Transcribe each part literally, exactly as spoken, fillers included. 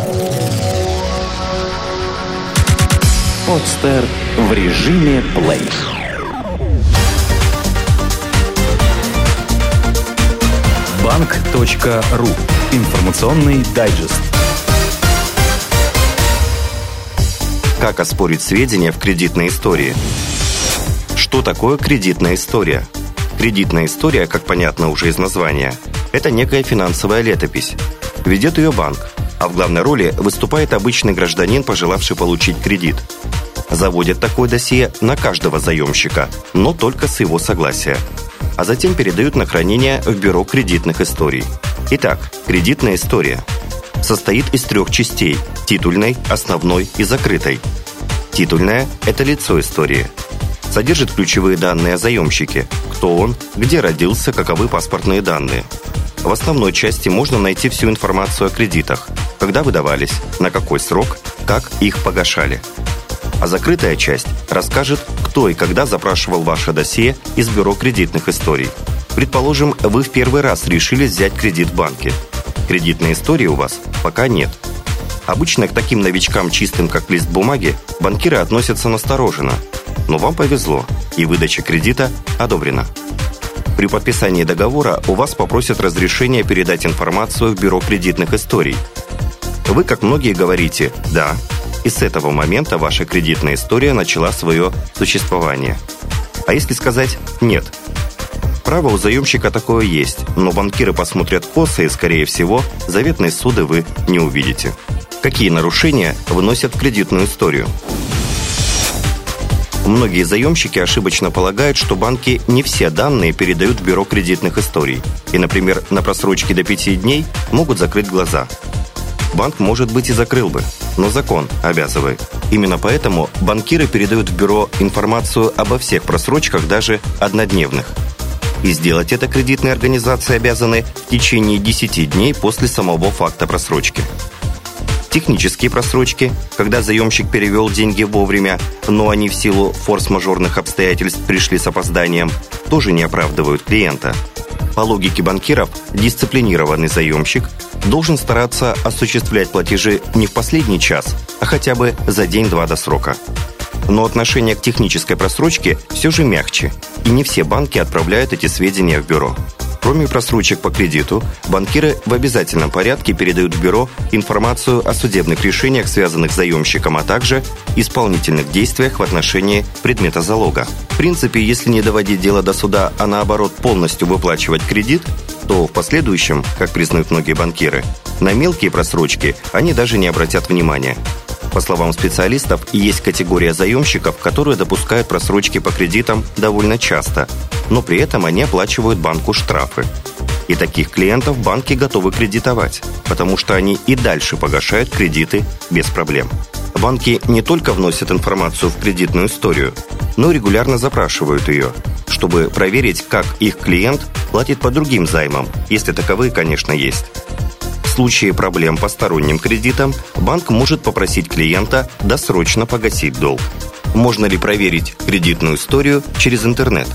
Подстер в режиме плей. Банк.ру. Информационный дайджест. Как оспорить сведения в кредитной истории? Что такое кредитная история? Кредитная история, как понятно уже из названия, это некая финансовая летопись. Ведет ее банк, а в главной роли выступает обычный гражданин, пожелавший получить кредит. Заводят такое досье на каждого заемщика, но только с его согласия. А затем передают на хранение в бюро кредитных историй. Итак, кредитная история состоит из трех частей – титульной, основной и закрытой. Титульная – это лицо истории. Содержит ключевые данные о заемщике – кто он, где родился, каковы паспортные данные. В основной части можно найти всю информацию о кредитах, когда выдавались, на какой срок, как их погашали. А закрытая часть расскажет, кто и когда запрашивал ваше досье из бюро кредитных историй. Предположим, вы в первый раз решили взять кредит в банке. Кредитной истории у вас пока нет. Обычно к таким новичкам, чистым как лист бумаги, банкиры относятся настороженно. Но вам повезло, и выдача кредита одобрена. При подписании договора у вас попросят разрешение передать информацию в бюро кредитных историй. Вы, как многие, говорите «да», и с этого момента ваша кредитная история начала свое существование. А если сказать «нет»? Право у заемщика такое есть, но банкиры посмотрят косо, и, скорее всего, заветной ссуды вы не увидите. Какие нарушения вносят в кредитную историю? Многие заемщики ошибочно полагают, что банки не все данные передают в бюро кредитных историй. И, например, на просрочке до пяти дней могут закрыть глаза. Банк, может быть, и закрыл бы, но закон обязывает. Именно поэтому банкиры передают в бюро информацию обо всех просрочках, даже однодневных. И сделать это кредитные организации обязаны в течение десяти дней после самого факта просрочки. Технические просрочки, когда заемщик перевел деньги вовремя, но они в силу форс-мажорных обстоятельств пришли с опозданием, тоже не оправдывают клиента. По логике банкиров, дисциплинированный заемщик должен стараться осуществлять платежи не в последний час, а хотя бы за день-два до срока. Но отношение к технической просрочке все же мягче, и не все банки отправляют эти сведения в бюро. Кроме просрочек по кредиту, банкиры в обязательном порядке передают в бюро информацию о судебных решениях, связанных с заемщиком, а также исполнительных действиях в отношении предмета залога. В принципе, если не доводить дело до суда, а наоборот полностью выплачивать кредит, то в последующем, как признают многие банкиры, на мелкие просрочки они даже не обратят внимания. По словам специалистов, есть категория заемщиков, которые допускают просрочки по кредитам довольно часто, но при этом они оплачивают банку штрафы. И таких клиентов банки готовы кредитовать, потому что они и дальше погашают кредиты без проблем. Банки не только вносят информацию в кредитную историю, но регулярно запрашивают ее, чтобы проверить, как их клиент платит по другим займам, если таковые, конечно, есть. В случае проблем по сторонним кредитам банк может попросить клиента досрочно погасить долг. Можно ли проверить кредитную историю через интернет?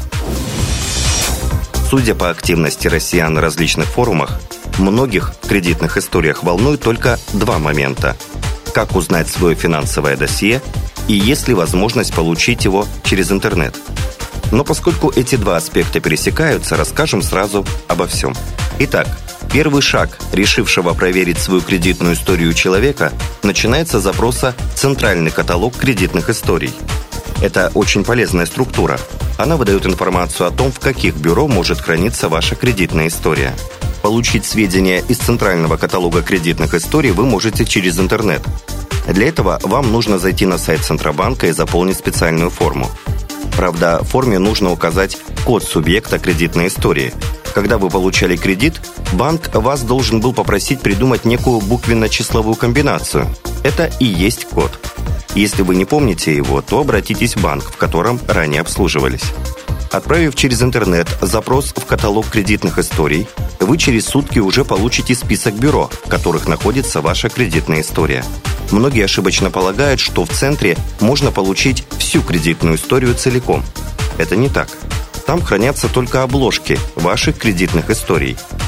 Судя по активности россиян на различных форумах, многих в кредитных историях волнует только два момента: как узнать свое финансовое досье и есть ли возможность получить его через интернет. Но поскольку эти два аспекта пересекаются, расскажем сразу обо всем. Итак, первый шаг решившего проверить свою кредитную историю человека начинается с запроса в Центральный каталог кредитных историй. Это очень полезная структура. Она выдает информацию о том, в каких бюро может храниться ваша кредитная история. Получить сведения из Центрального каталога кредитных историй вы можете через интернет. Для этого вам нужно зайти на сайт Центробанка и заполнить специальную форму. Правда, в форме нужно указать код субъекта кредитной истории. Когда вы получали кредит, банк вас должен был попросить придумать некую буквенно-числовую комбинацию. Это и есть код. Если вы не помните его, то обратитесь в банк, в котором ранее обслуживались. Отправив через интернет запрос в каталог кредитных историй, вы через сутки уже получите список бюро, в которых находится ваша кредитная история. Многие ошибочно полагают, что в центре можно получить всю кредитную историю целиком. Это не так. Там хранятся только обложки ваших кредитных историй.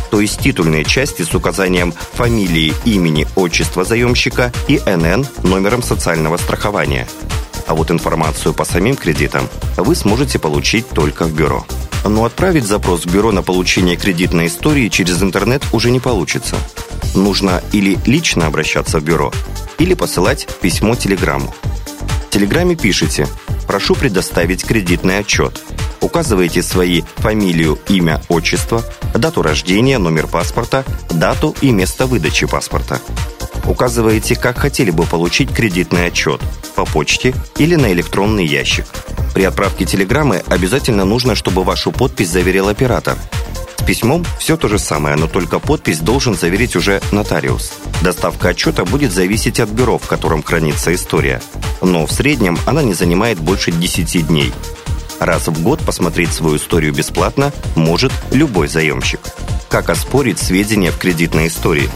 то есть титульные части с указанием фамилии, имени, отчества заемщика и эн эн номером социального страхования. А вот информацию по самим кредитам вы сможете получить только в бюро. Но отправить запрос в бюро на получение кредитной истории через интернет уже не получится. Нужно или лично обращаться в бюро, или посылать письмо-телеграмму. В телеграмме пишите: «Прошу предоставить кредитный отчет». Указываете свои фамилию, имя, отчество, дату рождения, номер паспорта, дату и место выдачи паспорта. Указываете, как хотели бы получить кредитный отчет – по почте или на электронный ящик. При отправке телеграммы обязательно нужно, чтобы вашу подпись заверил оператор. С письмом все то же самое, но только подпись должен заверить уже нотариус. Доставка отчета будет зависеть от бюро, в котором хранится история. Но в среднем она не занимает больше десяти дней. Раз в год посмотреть свою историю бесплатно может любой заемщик. Как оспорить сведения в кредитной истории?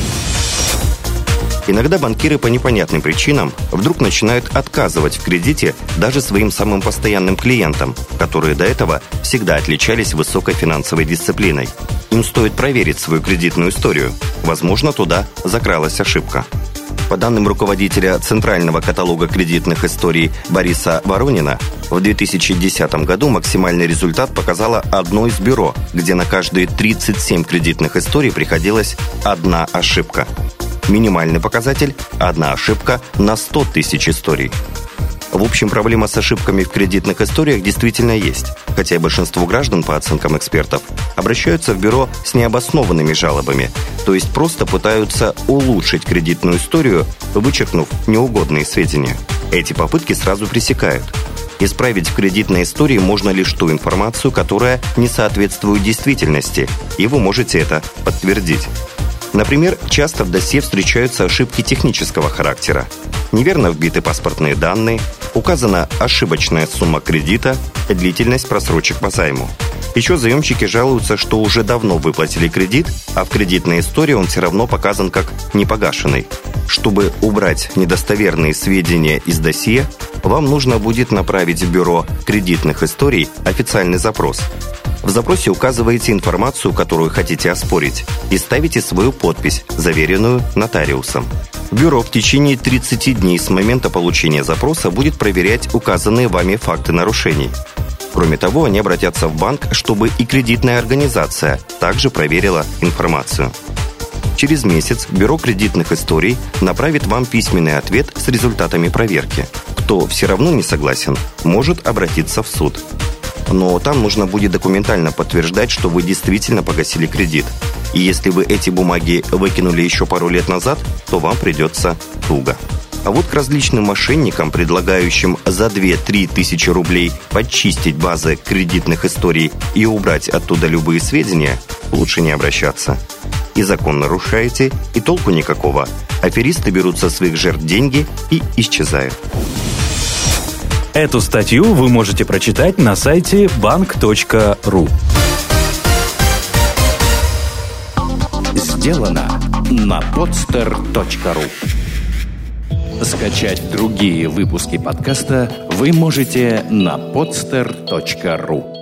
Иногда банкиры по непонятным причинам вдруг начинают отказывать в кредите даже своим самым постоянным клиентам, которые до этого всегда отличались высокой финансовой дисциплиной. Им стоит проверить свою кредитную историю. Возможно, туда закралась ошибка. По данным руководителя Центрального каталога кредитных историй Бориса Воронина, в две тысячи десятом году максимальный результат показало одно из бюро, где на каждые тридцать семь кредитных историй приходилась одна ошибка. Минимальный показатель – одна ошибка на сто тысяч историй. В общем, проблема с ошибками в кредитных историях действительно есть, хотя и большинство граждан, по оценкам экспертов, обращаются в бюро с необоснованными жалобами, то есть просто пытаются улучшить кредитную историю, вычеркнув неугодные сведения. Эти попытки сразу пресекают. Исправить в кредитной истории можно лишь ту информацию, которая не соответствует действительности, и вы можете это подтвердить. Например, часто в досье встречаются ошибки технического характера. Неверно вбиты паспортные данные, указана ошибочная сумма кредита, длительность просрочек по займу. Еще заемщики жалуются, что уже давно выплатили кредит, а в кредитной истории он все равно показан как непогашенный. Чтобы убрать недостоверные сведения из досье, вам нужно будет направить в бюро кредитных историй официальный запрос. В запросе указываете информацию, которую хотите оспорить, и ставите свою подпись, заверенную нотариусом. Бюро в течение тридцати дней с момента получения запроса будет проверять указанные вами факты нарушений. Кроме того, они обратятся в банк, чтобы и кредитная организация также проверила информацию. Через месяц Бюро кредитных историй направит вам письменный ответ с результатами проверки. Кто все равно не согласен, может обратиться в суд. Но там нужно будет документально подтверждать, что вы действительно погасили кредит. И если вы эти бумаги выкинули еще пару лет назад, то вам придется туго. А вот к различным мошенникам, предлагающим за две-три тысячи рублей подчистить базы кредитных историй и убрать оттуда любые сведения, лучше не обращаться. И закон нарушаете, и толку никакого. Аферисты берут со своих жертв деньги и исчезают. Эту статью вы можете прочитать на сайте банк точка ру. Сделано на подстер точка ру. Скачать другие выпуски подкаста вы можете на подстер точка ру.